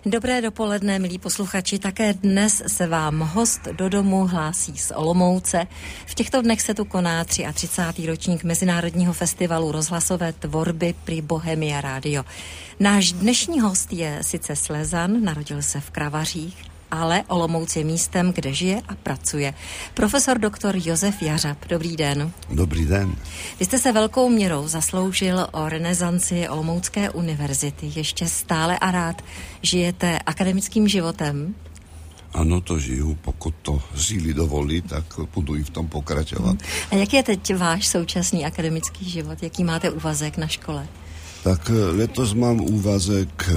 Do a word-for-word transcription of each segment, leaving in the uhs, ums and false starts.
Dobré dopoledne, milí posluchači. Také dnes se vám host do domu hlásí z Olomouce. V těchto dnech se tu koná třicátý třetí ročník Mezinárodního festivalu rozhlasové tvorby pri Bohemia Radio. Náš dnešní host je sice Slezan, narodil se v Kravařích, ale Olomouc je místem, kde žije a pracuje. Profesor doktor Josef Jařab, dobrý den. Dobrý den. Vy jste se velkou měrou zasloužil o renesanci Olomoucké univerzity. Ještě stále a rád žijete akademickým životem? Ano, to žiju. Pokud to síly dovolí, tak budu i v tom pokračovat. A jak je teď váš současný akademický život? Jaký máte úvazek na škole? Tak letos mám úvazek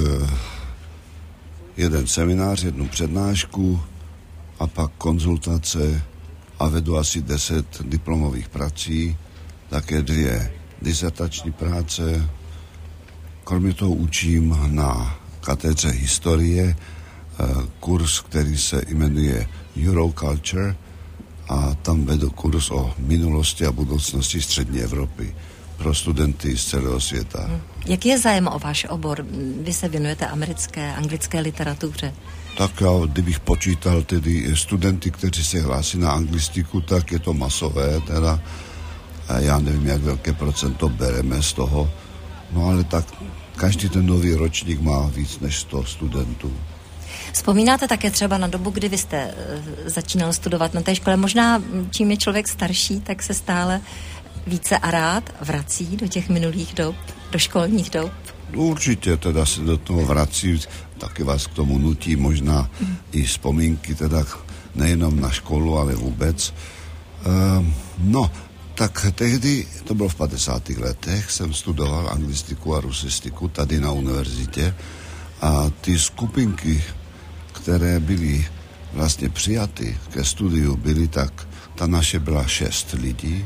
jeden seminář, jednu přednášku a pak konzultace a vedu asi deset diplomových prací, také dvě disertační práce. Kromě toho učím na katedře historie kurz, který se jmenuje Euroculture a tam vedu kurz o minulosti a budoucnosti střední Evropy pro studenty z celého světa. Hmm. Jaký je zájem o váš obor? Vy se věnujete americké, anglické literatuře. Tak já, kdybych počítal tedy studenty, kteří se hlásí na anglistiku, tak je to masové, teda a já nevím, jak velké procento bereme z toho, no ale tak každý ten nový ročník má víc než sto studentů. Vzpomínáte také třeba na dobu, kdy vy jste začínal studovat na té škole? Možná čím je člověk starší, tak se stále více a rád vrací do těch minulých dob, do školních dob? Určitě teda se do toho vrací, taky vás k tomu nutí možná mm. i vzpomínky, teda nejenom na školu, ale vůbec. Ehm, no, tak tehdy, to bylo v padesátých letech, jsem studoval anglistiku a rusistiku tady na univerzitě a ty skupinky, které byly vlastně přijaty ke studiu, byly tak, ta naše byla šest lidí,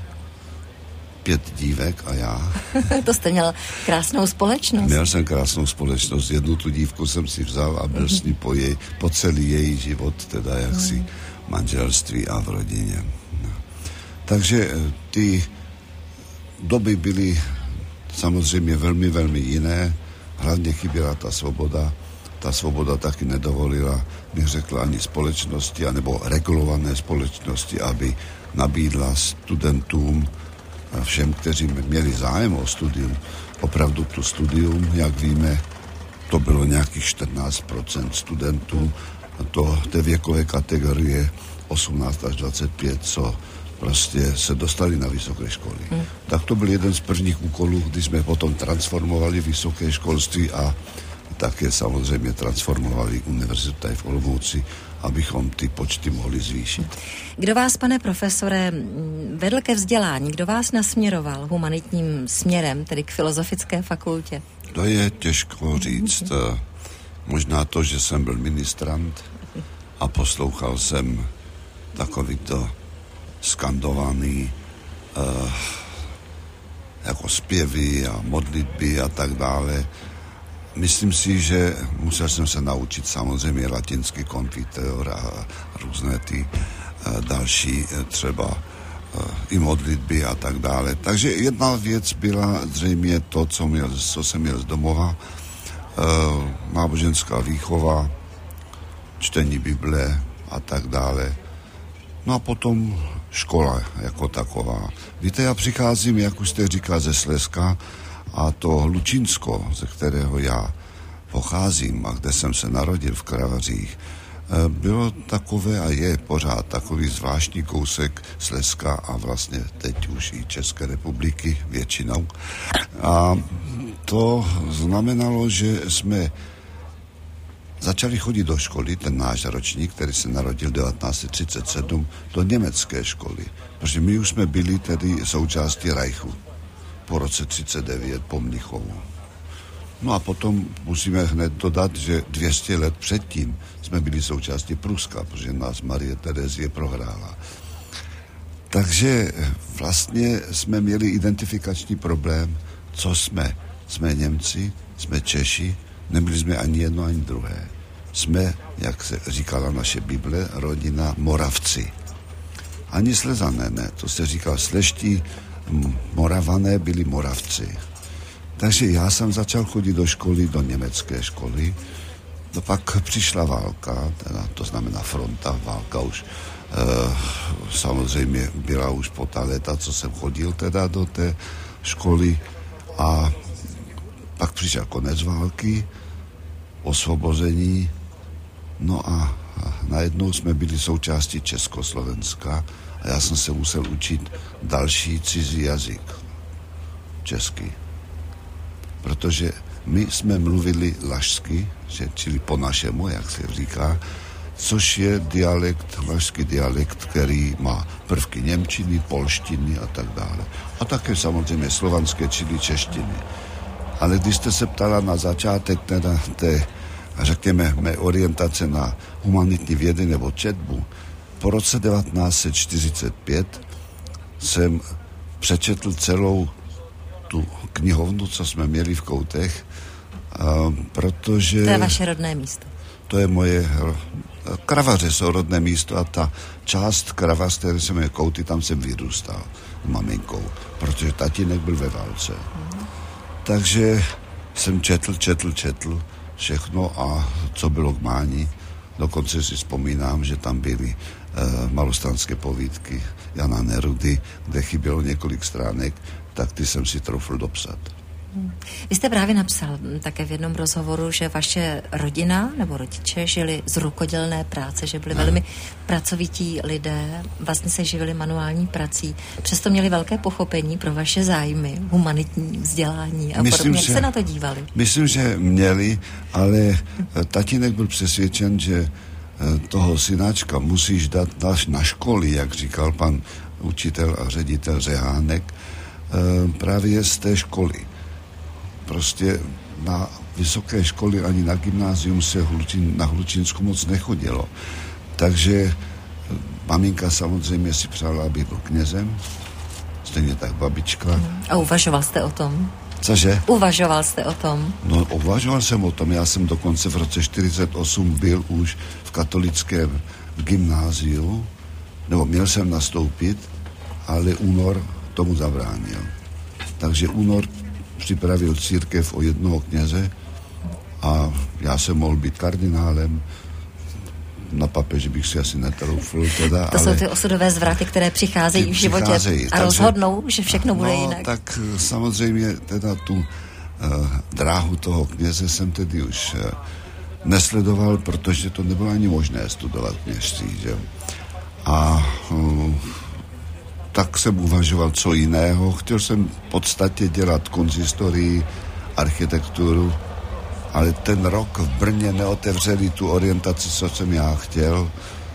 pět dívek a já. To jste měl krásnou společnost. Měl jsem krásnou společnost. Jednu tu dívku jsem si vzal a byl mm. s ní po, jej, po celý její život, teda jaksi mm. manželství a v rodině. No. Takže ty doby byly samozřejmě velmi, velmi jiné. Hlavně chyběla ta svoboda. Ta svoboda taky nedovolila, bych řekl, ani společnosti, anebo regulované společnosti, aby nabídla studentům a všem, kteří měli zájem o studium, opravdu tu studium, jak víme, to bylo nějakých čtrnáct procent studentů, to té věkové kategorie osmnáct až dvacet pět, co prostě se dostali na vysoké školy. Hmm. Tak to byl jeden z prvních úkolů, kdy jsme potom transformovali vysoké školství a také samozřejmě transformovali univerzitu tady v Olomouci, abychom ty počty mohli zvýšit. Kdo vás, pane profesore, vedl ke vzdělání? Kdo vás nasměroval humanitním směrem, tedy k filozofické fakultě? To je těžko říct. Mm-hmm. Možná to, že jsem byl ministrant a poslouchal jsem takovýto skandovaný uh, jako zpěvy a modlitby a tak dále. Myslím si, že musel jsem se naučit samozřejmě latinský konfiteur a různé ty uh, další uh, třeba uh, i modlitby a tak dále. Takže jedna věc byla zřejmě to, co, měl, co jsem měl z domova, uh, náboženská výchova, čtení Bible a tak dále. No a potom škola jako taková. Víte, já přicházím, jak už jste říkal, ze Slezska, a to Hlučínsko, ze kterého já pocházím a kde jsem se narodil v Kravařích, bylo takové a je pořád takový zvláštní kousek Slezska a vlastně teď už i České republiky většinou. A to znamenalo, že jsme začali chodit do školy, ten náš ročník, který se narodil devatenáct set třicet sedm, do německé školy, protože my už jsme byli tedy součástí Reichu po roce třicet devět, po Mnichovu. No a potom musíme hned dodat, že dvě stě let předtím jsme byli součástí Pruska, protože nás Marie Terezie prohrála. Takže vlastně jsme měli identifikační problém, co jsme. Jsme Němci, jsme Češi, nebyli jsme ani jedno, ani druhé. Jsme, jak se říkala naše Bible, rodina Moravci. Ani Slezané, ne. To se říkal Sleští, Moravané byli Moravci. Takže já jsem začal chodit do školy, do německé školy. No pak přišla válka, teda to znamená fronta, válka už e, samozřejmě byla už po ta léta, co jsem chodil teda do té školy a pak přišel konec války, osvobození, no a, a najednou jsme byli součástí Československa a já jsem se musel učit další cizí jazyk, český, protože my jsme mluvili lašsky, čili po našemu, jak se říká, což je dialekt, lašský dialekt, který má prvky němčiny, polštiny a tak dále. A také samozřejmě slovanské, čili češtiny. Ale když jste se ptala na začátek teda té, řekněme, mé orientace na humanitní vědy nebo četbu, po roce devatenáct set čtyřicet pět jsem přečetl celou tu knihovnu, co jsme měli v Koutech, a protože... To je vaše rodné místo. To je moje... Kravaře jsou rodné místo a ta část Kravař, které se jmenuje Kouty, tam jsem vyrůstal maminkou, protože tatínek byl ve válce. Mm. Takže jsem četl, četl, četl všechno a co bylo k mání. Dokonce si vzpomínám, že tam byly uh, malostranské povídky Jana Nerudy, kde chybělo několik stránek, tak ty jsem si troufl dopsat. Hmm. Vy jste právě napsal také v jednom rozhovoru, že vaše rodina nebo rodiče žili z rukodělné práce, že byli ne. velmi pracovití lidé, vlastně se živili manuální prací, přesto měli velké pochopení pro vaše zájmy, humanitní vzdělání a myslím, podobně. Jak se na to dívali? Myslím, že měli, ale tatínek byl přesvědčen, že toho synáčka musíš dát na školy, jak říkal pan učitel a ředitel Řehánek, právě z té školy. Prostě na vysoké školy ani na gymnázium se Hlučín, na Hlučínsku moc nechodilo. Takže maminka samozřejmě si přála, aby byl knězem, stejně tak babička. A uvažoval jste o tom? Cože? Uvažoval jste o tom? No, uvažoval jsem o tom. Já jsem dokonce v roce čtyřicet osm byl už v katolickém gymnáziu, nebo měl jsem nastoupit, ale únor tomu zabránil. Takže únor připravil církev o jednoho kněze a já jsem mohl být kardinálem. Na papeži bych si asi netroufl. Teda, to ale jsou ty osudové zvraty, které přicházejí v životě přicházejí, a takže rozhodnou, že všechno bude no, jinak. Tak samozřejmě teda tu uh, dráhu toho kněze jsem tedy už uh, nesledoval, protože to nebylo ani možné studovat kněžství. Že? A uh, tak jsem uvažoval co jiného. Chtěl jsem v podstatě dělat konzistorii, architekturu, ale ten rok v Brně neotevřeli tu orientaci, co jsem já chtěl,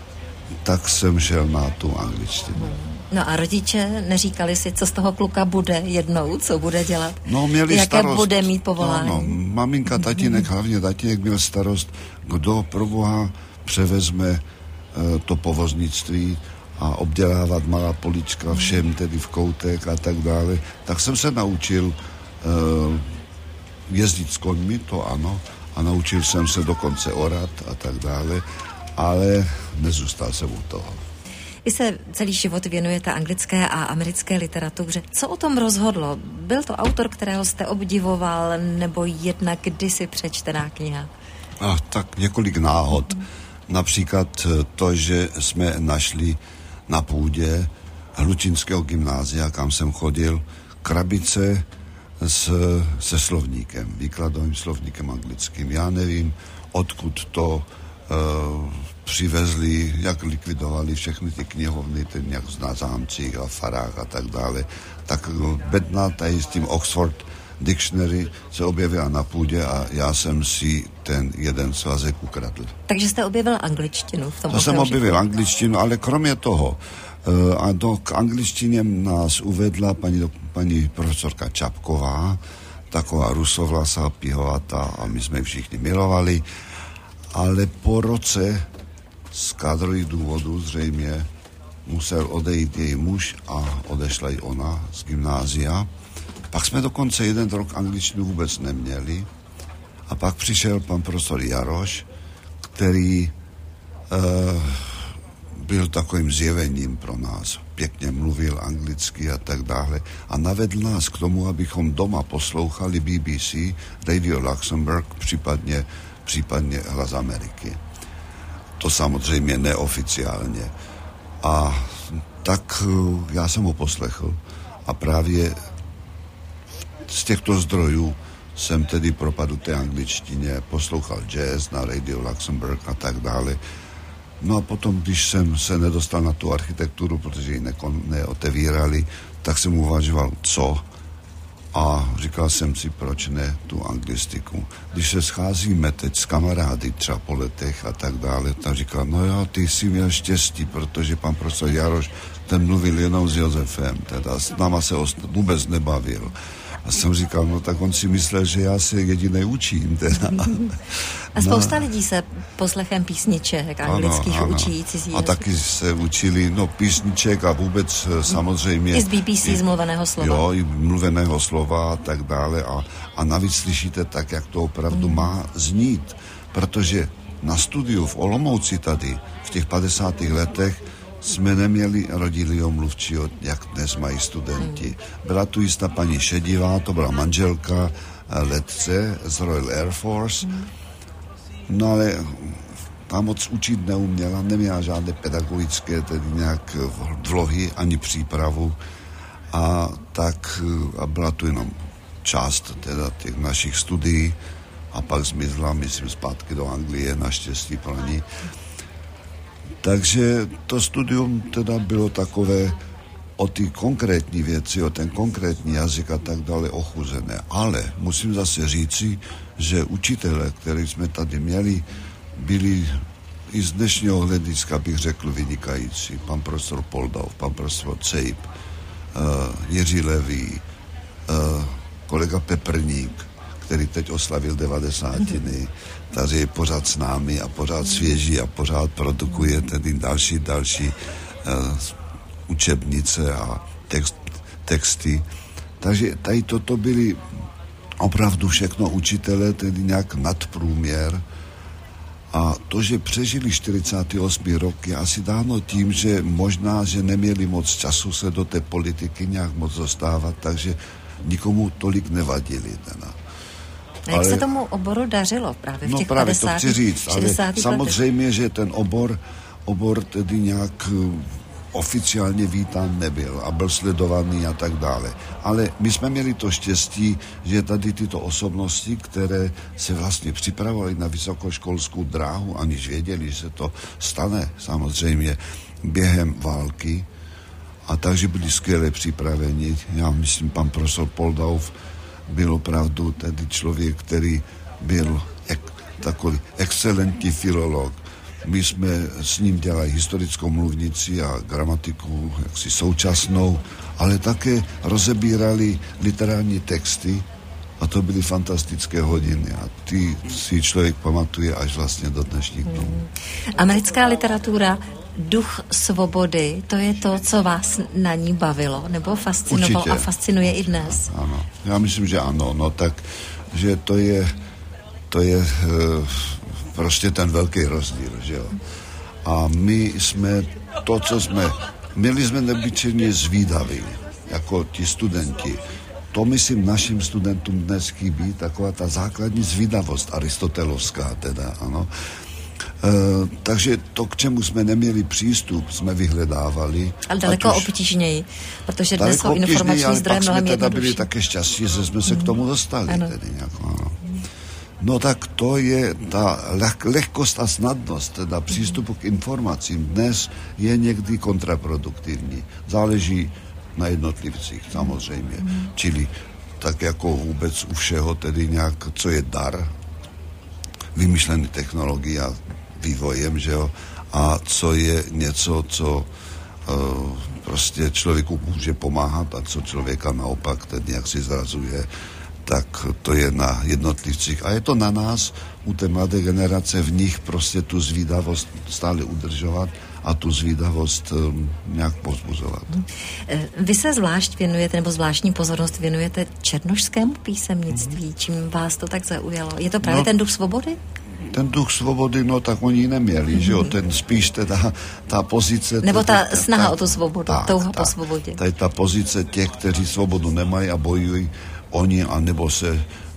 tak jsem šel na tu angličtinu. No a rodiče neříkali si, co z toho kluka bude jednou, co bude dělat? No, měli jaké starost. bude mít povolání? No, no, maminka, tatínek, hlavně tatínek měl starost, kdo pro Boha převezme e, to povoznictví a obdělávat malá polička všem tedy v Koutech a tak dále. Tak jsem se naučil e, jezdit s koňmi, to ano, a naučil jsem se dokonce orat a tak dále, ale nezůstal jsem u toho. Vy se celý život věnujete anglické a americké literatuře. Co o tom rozhodlo? Byl to autor, kterého jste obdivoval, nebo jedna kdysi přečtená kniha? A, tak několik náhod. Mm. Například to, že jsme našli na půdě Hlučínského gymnázia, kam jsem chodil, krabice s, se slovníkem, výkladovým slovníkem anglickým. Já nevím, odkud to uh, přivezli, jak likvidovali všechny ty knihovny, ten jak na zámcích a farách a tak dále. Tak bedna tady s tím Oxford Dictionary se objevila na půdě a já jsem si ten jeden svazek ukradl. Takže jste objevil angličtinu v tom To jsem objevil angličtinu, ale kromě toho uh, a do, k angličtině nás uvedla paní, paní profesorka Čapková, taková rusovlasá, pihovatá a my jsme všichni milovali, ale po roce z kádrových důvodů zřejmě musel odejít její muž a odešla i ona z gymnázia. Pak jsme dokonce jeden rok angličtinu vůbec neměli a pak přišel pan profesor Jaroš, který uh, byl takovým zjevením pro nás. Pěkně mluvil anglicky a tak dále a navedl nás k tomu, abychom doma poslouchali B B C, Radio Luxembourg, případně případně Hlas Ameriky. To samozřejmě neoficiálně. A tak já jsem ho poslechl a právě z těchto zdrojů jsem tedy propadl té angličtině, poslouchal jazz na Radio Luxembourg a tak dále. No a potom, když jsem se nedostal na tu architekturu, protože ji nekon, neotevírali, tak jsem uvažoval, co? A říkal jsem si, proč ne tu anglistiku. Když se scházíme teď s kamarády třeba po letech a tak dále, tak říkal, no jo, ty jsi měl štěstí, protože pan profesor Jaroš, ten mluvil jenom s Josefem, teda s náma se vůbec nebavil. A jsem říkal, no tak on si myslel, že já se jedinej učím. Teda. A spousta no. lidí se poslechem písniček anglických ano, ano. učí cizí A taky se učili, no písniček a vůbec samozřejmě... I z B B C, i, z mluveného slova. Jo, i mluveného slova a tak dále. A, a navíc slyšíte tak, jak to opravdu mm. má znít. Protože na studiu v Olomouci tady v těch padesátých letech jsme neměli rodilýho mluvčího, jak dnes mají studenti. Byla tu jistá paní Šedivá, to byla manželka letce z Royal Air Force, no ale ta moc učit neuměla, neměla žádné pedagogické, tedy nějak vlohy ani přípravu a tak a byla tu jenom část teda těch našich studií a pak zmizla, myslím, zpátky do Anglie, naštěstí pro ní. Takže to studium teda bylo takové o ty konkrétní věci, o ten konkrétní jazyk a tak dále ochuzené. Ale musím zase říci, že učitele, který jsme tady měli, byli i z dnešního hlediska, bych řekl, vynikající. Pan profesor Poldauf, pan profesor Cejp, uh, Jiří Levý, uh, kolega Peprník, který teď oslavil devadesátiny, takže je pořád s námi a pořád svěží a pořád produkuje tedy další, další uh, učebnice a text, texty. Takže tady toto byly opravdu všechno učitelé, tedy nějak nadprůměr. A to, že přežili čtyřicáté osmé roky, asi dáno tím, že možná, že neměli moc času se do té politiky nějak moc dostávat, takže nikomu tolik nevadili. Teda. A jak ale, se tomu oboru dařilo právě v těch no právě padesátých, to chci říct, ale samozřejmě, letech. že ten obor, obor tedy nějak oficiálně vítán nebyl a byl sledovaný a tak dále. Ale my jsme měli to štěstí, že tady tyto osobnosti, které se vlastně připravovaly na vysokoškolskou dráhu, aniž věděli, že se to stane samozřejmě během války, a takže byli skvěle připraveni. Já myslím, pan profesor Poldauf byl opravdu tedy člověk, který byl ek, takový excelentní filolog. My jsme s ním dělali historickou mluvnici a gramatiku jaksi současnou, ale také rozebírali literární texty a to byly fantastické hodiny a ty si člověk pamatuje až vlastně do dnešních dnů. Hmm. Americká literatura, duch svobody, to je to, co vás na ní bavilo nebo fascinovalo Určitě. A fascinuje i dnes? Ano, já myslím, že ano, no tak, že to je, to je uh, prostě ten velký rozdíl, že jo. A my jsme to, co jsme, měli jsme neobyčejně zvídaví, jako ti studenti. To myslím našim studentům dnes chybí, taková ta základní zvídavost aristotelovská teda, ano. E, takže to, k čemu jsme neměli přístup, jsme vyhledávali. Ale daleko už, obtížněji, protože dnes jsou informační zdroje mnohem jednodušší. Ale pak jsme byli také šťastí, že jsme se mm. k tomu dostali. Ano. Tedy nějak, ano. No tak to je ta leh- lehkost a snadnost, teda přístupu k informacím dnes je někdy kontraproduktivní. Záleží na jednotlivcích samozřejmě. Mm. Čili tak jako vůbec u všeho, tedy nějak, co je dar, vymyšlený technologií a vývojem, že jo, a co je něco, co uh, prostě člověku může pomáhat a co člověka naopak tedy jak si zrazuje, tak to je na jednotlivcích. A je to na nás, u té mladé generace, v nich prostě tu zvídavost stále udržovat a tu zvídavost um, nějak povzbuzovat. Vy se zvlášť věnujete, nebo zvláštní pozornost věnujete černošskému písemnictví. Čím vás to tak zaujalo? Je to právě no, ten duch svobody? Ten duch svobody, no tak oni ji neměli, mm-hmm. že jo, ten spíš teda ta pozice... Nebo ta teda, snaha ta, o tu svobodu, tak, touha tak, po svobodě. Ta je ta pozice těch, kteří svobodu nemají a bojují oni, anebo se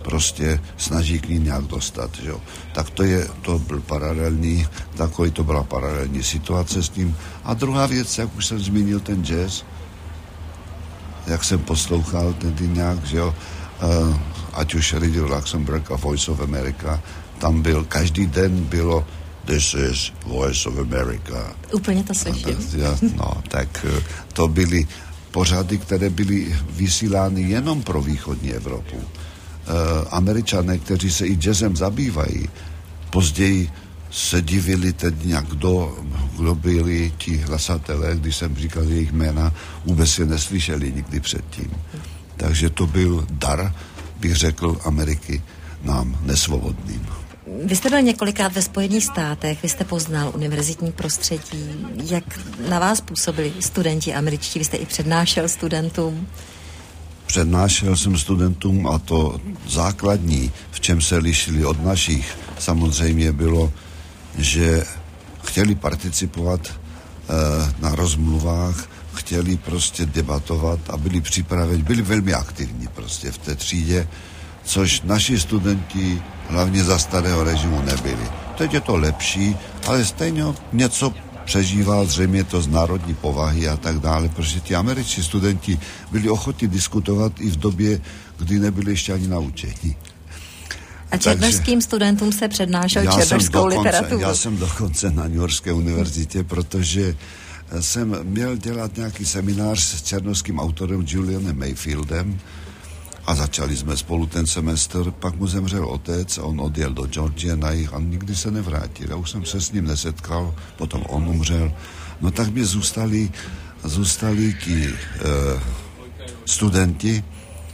prostě snaží k ní nějak dostat, že jo. Tak to je, to byl paralelní, takový to byla paralelní situace s tím. A druhá věc, jak už jsem zmínil, ten jazz, jak jsem poslouchal tedy nějak, že jo, uh, ať už Radio Luxembourg a Voice of America, tam byl, každý den bylo This is Voice of America. Úplně to slyším. No, tak to byly pořady, které byly vysílány jenom pro východní Evropu. E, Američané, kteří se i jazzem zabývají, později se divili teď nějak, kdo, kdo byli ti hlasatelé, když jsem říkal jejich jména, vůbec je neslyšeli nikdy předtím. Takže to byl dar, bych řekl, Ameriky nám nesvobodným. Vy jste byl několikrát ve Spojených státech, vy jste poznal univerzitní prostředí. Jak na vás působili studenti američtí? Vy jste i přednášel studentům? Přednášel jsem studentům a to základní, v čem se lišili od našich, samozřejmě bylo, že chtěli participovat e, na rozmluvách, chtěli prostě debatovat a byli připraveni, byli velmi aktivní prostě v té třídě, což naši studenti hlavně za starého režimu nebyli. Teď je to lepší, ale stejně něco přežíval, zřejmě to z národní povahy a tak dále, protože ti američtí studenti byli ochotní diskutovat i v době, kdy nebyli ještě ani naučení. A černošským studentům se přednášel černošskou literaturu. Já jsem dokonce na New Yorkské univerzitě, protože jsem měl dělat nějaký seminář s černošským autorem Julianem Mayfieldem a začali jsme spolu ten semestr, pak mu zemřel otec a on odjel do Georgie na jih a nikdy se nevrátil. Já už jsem se s ním nesetkal, potom on umřel. No tak mi zůstali, zůstali ti e, studenti,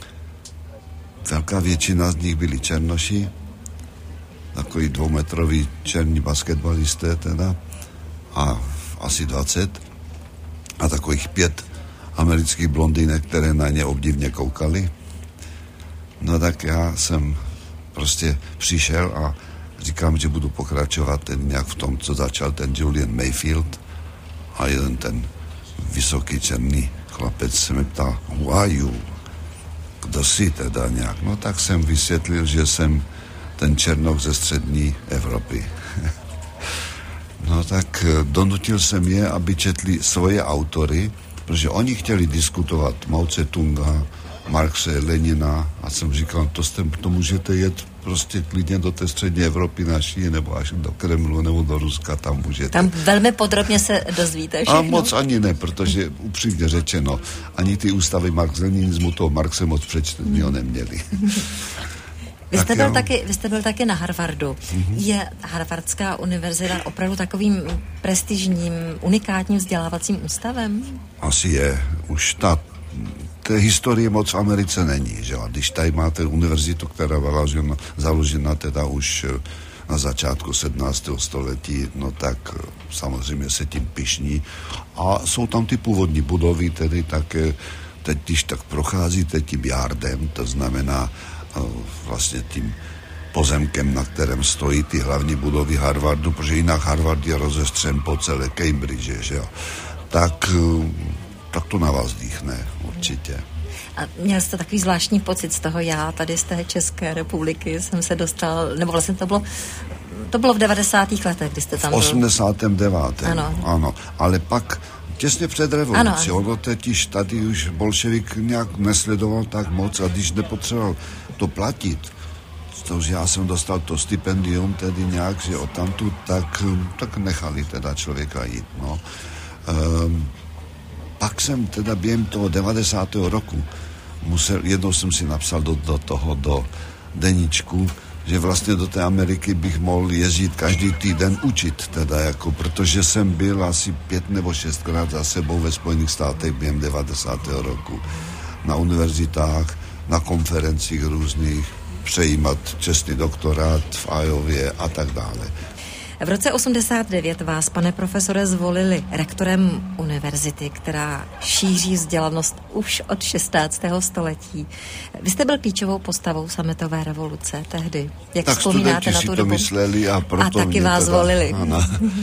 velká většina z nich byli černoši, takový dvoumetrový černí basketbalisté teda, a asi dvacet, a takových pět amerických blondýnek, které na ně obdivně koukali. No tak já jsem prostě přišel a říkám, že budu pokračovat ten nějak v tom, co začal ten Julian Mayfield, a jeden ten vysoký černý chlapec se mě ptal, who are you? Kdo jsi teda nějak? No tak jsem vysvětlil, že jsem ten černok ze střední Evropy. No tak donutil jsem je, aby četli svoje autory, protože oni chtěli diskutovat Mao Tse-tunga, Marxe, Lenina, a jsem říkal, to, jste, to můžete jet prostě klidně do té střední Evropy naší, nebo až do Kremlu, nebo do Ruska, tam můžete. Tam velmi podrobně se dozvíte všechno. A moc ani ne, protože upřímně řečeno, ani ty ústavy marx-leninismu toho Marxe moc přečteného neměli. Vy jste, byl taky, vy jste byl taky na Harvardu. Mm-hmm. Je Harvardská univerzita opravdu takovým prestižním, unikátním vzdělávacím ústavem? Asi je. Už ta té historie moc v Americe není, že? A když tady máte univerzitu, která byla založena teda už na začátku sedmnáctého století, no tak samozřejmě se tím pyšní. A jsou tam ty původní budovy, tedy také, teď když tak procházíte tím yardem, to znamená vlastně tím pozemkem, na kterém stojí ty hlavní budovy Harvardu, protože jinak Harvard je rozestřen po celé Cambridge, že jo. Tak, tak to na vás dýchne, určitě. A měl jste takový zvláštní pocit z toho, já tady z té České republiky jsem se dostal, nebo vlastně to bylo, to bylo v devadesátých letech, kdy jste tam byl. V osmdesátém devátém Ano. Ano, ale pak těsně před revolucí, ono teď tady už bolševik nějak nesledoval tak moc a když nepotřeboval to platit, protože já jsem dostal to stipendium tedy nějak, že odtamtud, tak, tak nechali teda člověka jít, no. Ehm, pak jsem teda během toho devadesátého roku musel, jednou jsem si napsal do, do toho, do deníčku, že vlastně do té Ameriky bych mohl jezdit každý týden učit, teda jako, protože jsem byl asi pět nebo šestkrát za sebou ve Spojených státech během devadesátého roku na univerzitách, na konferencích různých, přejímat čestný doktorát v Iově a tak dále. V roce osmdesát devět vás, pane profesore, zvolili rektorem univerzity, která šíří vzdělanost už od šestnáctého století. Vy jste byl klíčovou postavou sametové revoluce tehdy. Jak tak vzpomínáte na tu si dobu? To mysleli a proto a taky vás teda, zvolili. Ano.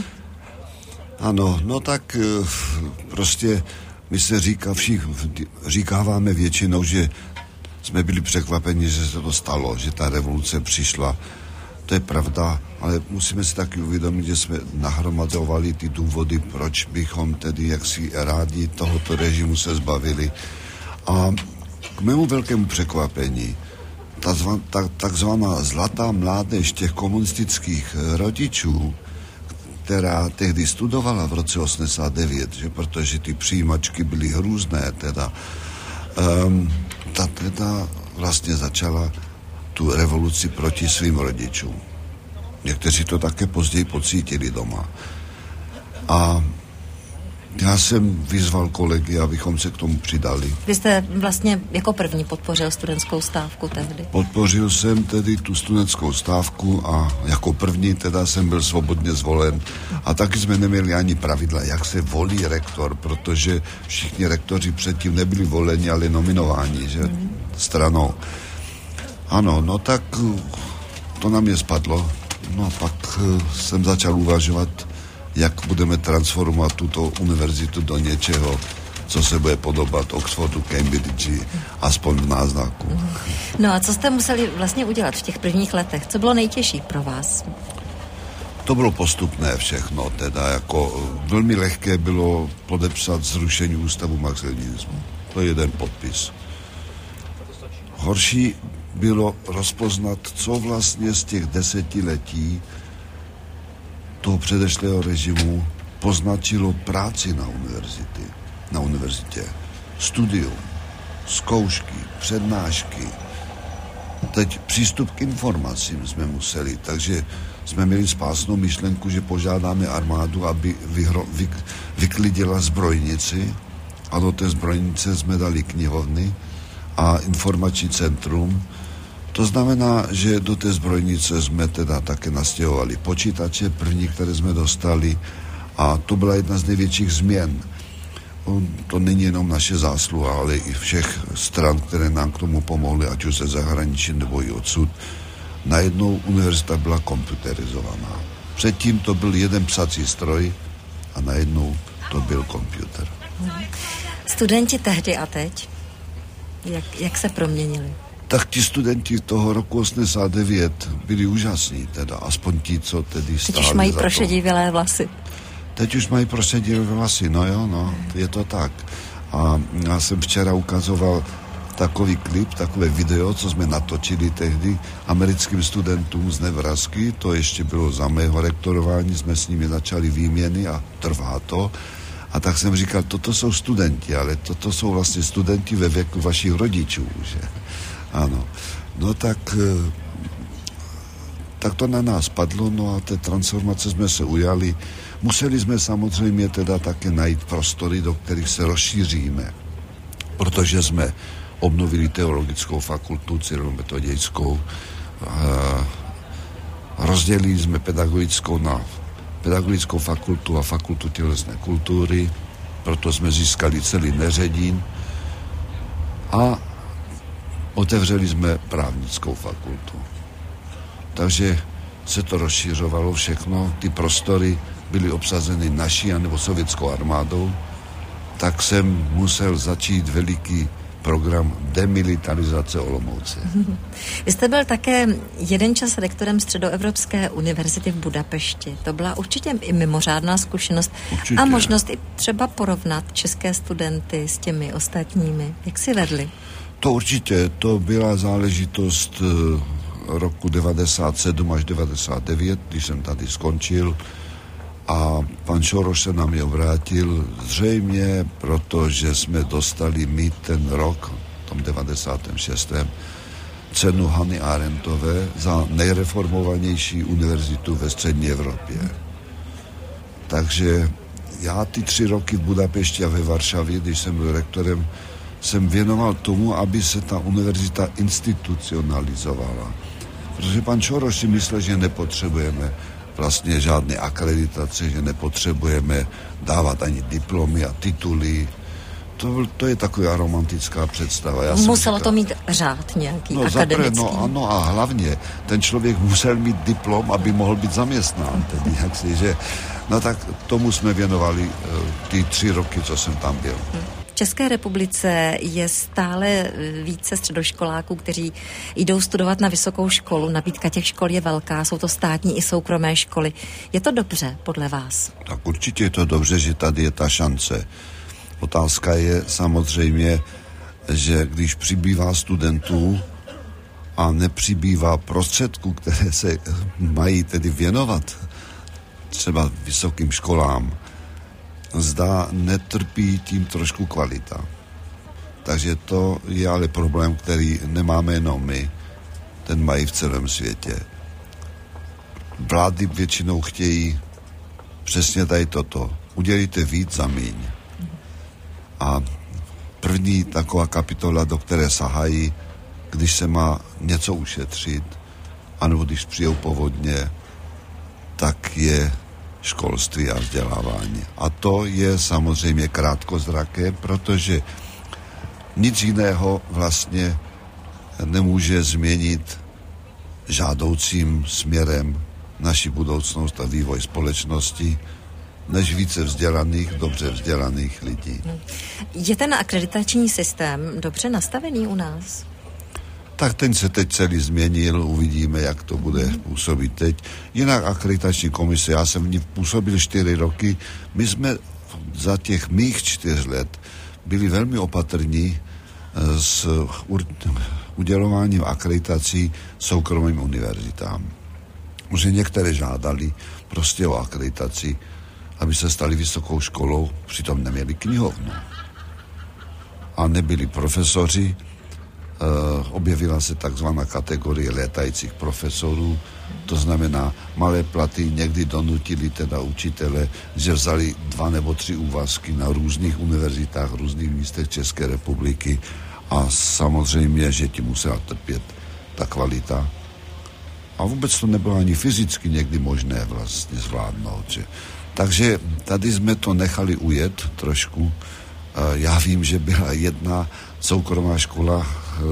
ano, no tak prostě my se říká, všich, říkáváme většinou, že jsme byli překvapeni, že se to stalo, že ta revoluce přišla. To je pravda, ale musíme si taky uvědomit, že jsme nahromadovali ty důvody, proč bychom tedy jaksi rádi tohoto režimu se zbavili. A k mému velkému překvapení, ta zvan, ta, takzvaná zlatá mládež těch komunistických rodičů, která tehdy studovala v roce osmdesát devět, že protože ty přijímačky byly hrůzné, teda, um, ta teda vlastně začala tu revoluci proti svým rodičům. Někteří to také později pocítili doma. A já jsem vyzval kolegy, abychom se k tomu přidali. Vy jste vlastně jako první podpořil studentskou stávku tehdy? Podpořil jsem tedy tu studentskou stávku a jako první teda jsem byl svobodně zvolen. A taky jsme neměli ani pravidla, jak se volí rektor, protože všichni rektoři předtím nebyli voleni, ale nominováni, že? Mm. Stranou. Ano, no tak to na mě spadlo. No a pak jsem začal uvažovat, jak budeme transformovat tuto univerzitu do něčeho, co se bude podobat Oxfordu, Cambridge, aspoň v náznaku. No a co jste museli vlastně udělat v těch prvních letech? Co bylo nejtěžší pro vás? To bylo postupné všechno, teda jako velmi lehké bylo podepsat zrušení ústavu marxismu. To je jeden podpis. Horší bylo rozpoznat, co vlastně z těch desetiletí toho předešlého režimu poznačilo práci na univerzity, na univerzitě. Studium, zkoušky, přednášky. Teď přístup k informacím jsme museli, takže jsme měli spásnou myšlenku, že požádáme armádu, aby vyhro, vy, vyklidila zbrojnici a do té zbrojnice jsme dali knihovny a informační centrum. To znamená, že do té zbrojnice jsme teda také nastěhovali počítače, první, které jsme dostali, a to byla jedna z největších změn. To není jenom naše zásluha, ale i všech stran, které nám k tomu pomohly, ať už ze zahraničí nebo i odsud. Najednou univerzita byla komputerizovaná. Předtím to byl jeden psací stroj a najednou to byl počítač. Studenti tehdy a teď, jak, jak se proměnili? Tak ti studenti toho roku osmdesát devět byli úžasní, teda aspoň ti, co tedy stáli. Teď už mají prošedivělé vlasy. Teď už mají prošedivělé vlasy, no jo, no, je to tak. A já jsem včera ukazoval takový klip, takové video, co jsme natočili tehdy americkým studentům z Nebrasky, to ještě bylo za mého rektorování, jsme s nimi začali výměny a trvá to. A tak jsem říkal, toto jsou studenti, ale toto jsou vlastně studenti ve věku vašich rodičů, že? Ano. No tak, tak to na nás padlo, no a té transformace jsme se ujali. Museli jsme samozřejmě teda také najít prostory, do kterých se rozšíříme, protože jsme obnovili teologickou fakultu cyrilometodějskou, rozdělili jsme pedagogickou na pedagogickou fakultu a fakultu tělesné kultury, proto jsme získali celý Neředín a otevřeli jsme právnickou fakultu. Takže se to rozšířovalo všechno, ty prostory byly obsazeny naší anebo sovětskou armádou, tak jsem musel začít veliký program demilitarizace Olomouce. Vy jste byl také jeden čas rektorem Středoevropské univerzity v Budapešti. To byla určitě i mimořádná zkušenost určitě. A možnost i třeba porovnat české studenty s těmi ostatními. Jak si vedli? To určitě, to byla záležitost roku devadesát sedm až devadesát devět, když jsem tady skončil. A pan Šoroš se nám je vrátil zřejmě, protože jsme dostali my ten rok, v tom devadesátém šestém cenu Hany Arendtové za nejreformovanější univerzitu ve střední Evropě. Takže já ty tři roky v Budapešti a ve Varšavě, když jsem byl rektorem, jsem věnoval tomu, aby se ta univerzita institucionalizovala. Protože pan Šoroš si myslel, že nepotřebujeme vlastně žádné akreditace, že nepotřebujeme dávat ani diplomy a tituly. To, to je taková romantická představa. Já Muselo říkal, to mít řád nějaký no, akademický. Zapre, no ano a hlavně ten člověk musel mít diplom, aby mohl být zaměstnán. Tedy, jak si, že, no tak tomu jsme věnovali uh, ty tři roky, co jsem tam byl. České republice je stále více středoškoláků, kteří jdou studovat na vysokou školu. Nabídka těch škol je velká, jsou to státní i soukromé školy. Je to dobře podle vás? Tak určitě je to dobře, že tady je ta šance. Otázka je samozřejmě, že když přibývá studentů a nepřibývá prostředků, které se mají tedy věnovat třeba vysokým školám, zda netrpí tím trošku kvalita. Takže to je ale problém, který nemáme jenom my, ten mají v celém světě. Vlády většinou chtějí přesně tady toto. Udělejte víc za míň. A první taková kapitola, do které sahají, když se má něco ušetřit, anebo když přijou povodně, tak je školství a vzdělávání. A to je samozřejmě krátkozraké, protože nic jiného vlastně nemůže změnit žádoucím směrem naši budoucnost a vývoj společnosti, než více vzdělaných, dobře vzdělaných lidí. Je ten akreditační systém dobře nastavený u nás? Tak ten se teď celý změnil, uvidíme, jak to bude působit teď. Jinak akreditační komise, já jsem v ní působil čtyři roky, my jsme za těch mých čtyř let byli velmi opatrní s udělováním akreditací soukromým univerzitám. Že některé žádali prostě o akreditaci, aby se stali vysokou školou, přitom neměli knihovnu. A nebyli profesoři, Uh, objevila se takzvaná kategorie létajících profesorů, to znamená malé platy, někdy donutili teda učitele, že vzali dva nebo tři úvazky na různých univerzitách, různých místech České republiky a samozřejmě, že ti musela trpět ta kvalita. A vůbec to nebylo ani fyzicky někdy možné vlastně zvládnout. Že? Takže tady jsme to nechali ujet trošku. Uh, já vím, že byla jedna soukromá škola,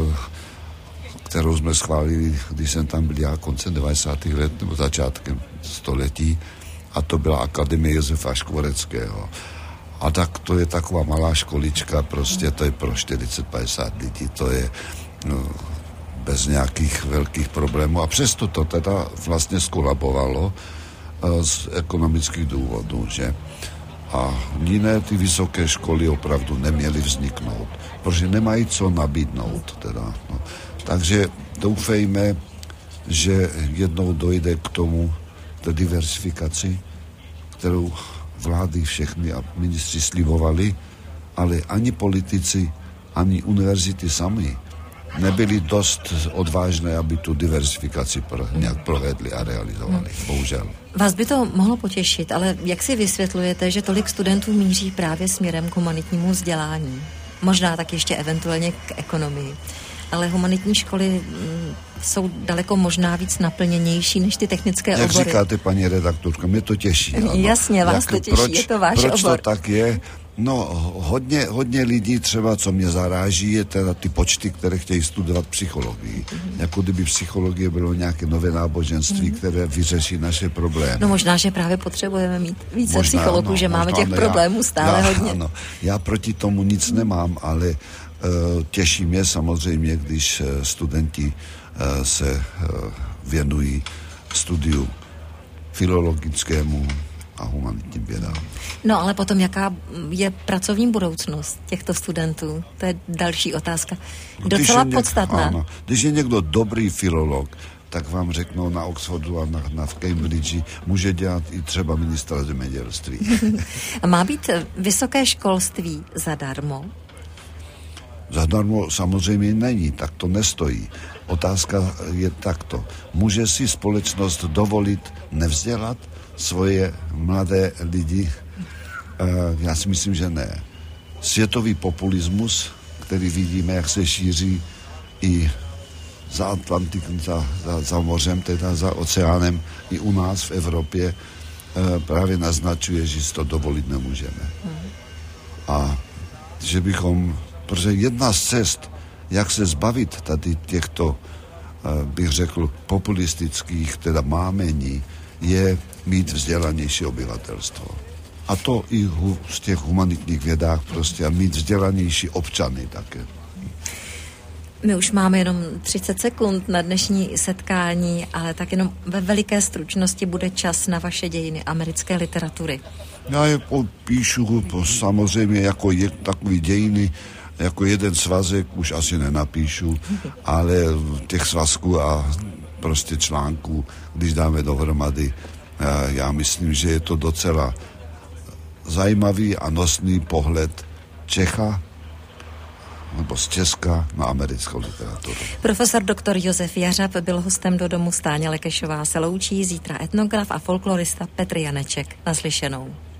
kterou jsme schválili, když jsem tam byl já koncem devadesátých let nebo začátkem století, a to byla Akademie Josefa Škvoreckého. A tak to je taková malá školička, prostě to je pro čtyřicet padesát lidí, to je no, bez nějakých velkých problémů. A přesto to teda vlastně skolabovalo uh, z ekonomických důvodů, že? A jiné ty vysoké školy opravdu neměly vzniknout, protože nemají co nabídnout. Teda, no. Takže doufejme, že jednou dojde k tomu, té diversifikaci, kterou vlády všechny a ministři slibovali, ale ani politici, ani univerzity sami nebyli dost odvážné, aby tu diversifikaci pro, nějak provedli a realizovali. Bohužel. Vás by to mohlo potěšit, ale jak si vysvětlujete, že tolik studentů míří právě směrem k humanitnímu vzdělání? Možná tak ještě eventuálně k ekonomii. Ale humanitní školy m, jsou daleko možná víc naplněnější než ty technické jak obory. Jak říkáte, paní redaktorka, mě to těší. Ano. Jasně, vás jak, to těší, proč, je to váš proč obor. To tak je? No, hodně, hodně lidí třeba, co mě zaráží, je teda ty počty, které chtějí studovat psychologii. Mm-hmm. Jako kdyby psychologie bylo nějaké nové náboženství, mm-hmm. které vyřeší naše problémy. No možná, že právě potřebujeme mít více možná, psychologů, no, že máme těch no, problémů stále já, hodně. Ano, já proti tomu nic mm-hmm. nemám, ale uh, těší mě samozřejmě, když uh, studenti uh, se uh, věnují studiu filologickému a humanitním vědám. No ale potom, jaká je pracovní budoucnost těchto studentů? To je další otázka. Docela něk, podstatná. Ano, když je někdo dobrý filolog, tak vám řeknou na Oxfordu a na, na v Cambridge, může dělat i třeba ministra zemědělství. Má být vysoké školství zadarmo? Zadarmo samozřejmě není, tak to nestojí. Otázka je takto. Může si společnost dovolit nevzdělat svoje mladé lidi? Já si myslím, že ne. Světový populismus, který vidíme, jak se šíří i za Atlantikem, za, za, za mořem, teda za oceánem, i u nás v Evropě, právě naznačuje, že si to dovolit nemůžeme. A že bychom, protože jedna z cest, jak se zbavit tady těchto, bych řekl, populistických, teda mámení, je mít vzdělanější obyvatelstvo. a to i hu, z těch humanitních vědách prostě a mít vzdělanější občany také. My už máme jenom třicet sekund na dnešní setkání, ale tak jenom ve veliké stručnosti bude čas na vaše dějiny americké literatury. Já je píšu po, samozřejmě jako je, takový dějiny, jako jeden svazek už asi nenapíšu, ale těch svazků a prostě článků, když dáme dohromady, já myslím, že je to docela zajímavý a nosný pohled Čecha nebo z Česka na americkou literaturu. Profesor doktor Josef Jařab byl hostem Do domu. Stáně Lekešová se loučí, zítra etnograf a folklorista Petr Janeček. Naslyšenou.